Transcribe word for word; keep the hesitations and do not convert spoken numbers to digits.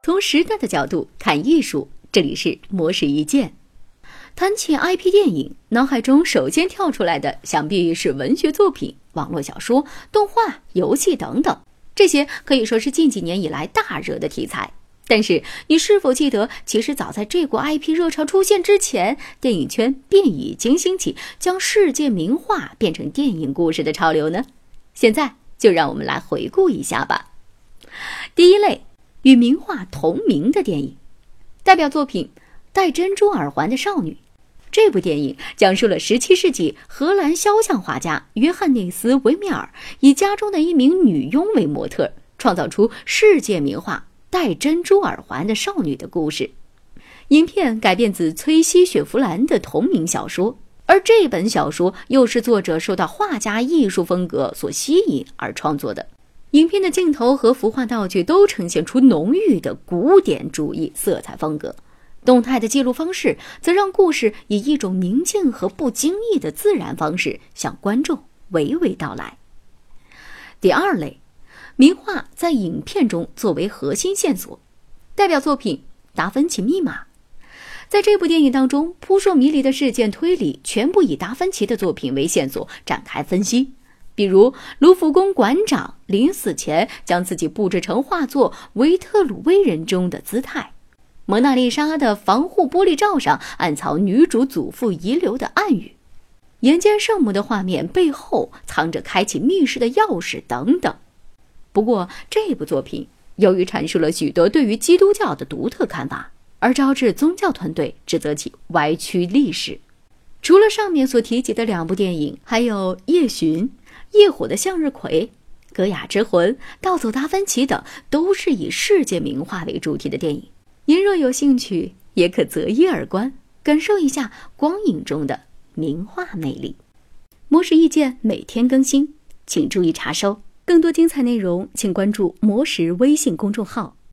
从时代的角度看艺术，这里是魔石一见。谈起 I P 电影，脑海中首先跳出来的想必是文学作品、网络小说、动画、游戏等等，这些可以说是近几年以来大热的题材。但是你是否记得，其实早在这股 I P 热潮出现之前，电影圈便已经兴起将世界名画变成电影故事的潮流呢？现在就让我们来回顾一下吧。第一类，与名画同名的电影。代表作品《戴珍珠耳环的少女》。这部电影讲述了十七世纪荷兰肖像画家约翰内斯·维米尔以家中的一名女佣为模特，创造出世界名画《戴珍珠耳环的少女》的故事。影片改编自崔西·雪弗兰的同名小说，而这本小说又是作者受到画家艺术风格所吸引而创作的。影片的镜头和服化道具都呈现出浓郁的古典主义色彩风格，动态的记录方式则让故事以一种宁静和不经意的自然方式向观众娓娓道来。第二类，名画在影片中作为核心线索。代表作品《达芬奇密码》。在这部电影当中，扑朔迷离的事件推理全部以达芬奇的作品为线索展开分析。比如卢浮宫馆长临死前将自己布置成画作《维特鲁威人》中的姿态，蒙娜丽莎的防护玻璃罩上暗藏女主祖父遗留的暗语，岩间圣母的画面背后藏着开启密室的钥匙等等。不过这部作品由于阐述了许多对于基督教的独特看法，而招致宗教团队指责其歪曲历史。除了上面所提及的两部电影，还有《夜巡》、《夜火的向日葵》、《戈雅之魂》、《盗走达芬奇》等，都是以世界名画为主题的电影。您若有兴趣，也可择一而观，感受一下光影中的名画魅力。魔石意见每天更新，请注意查收。更多精彩内容，请关注魔石微信公众号。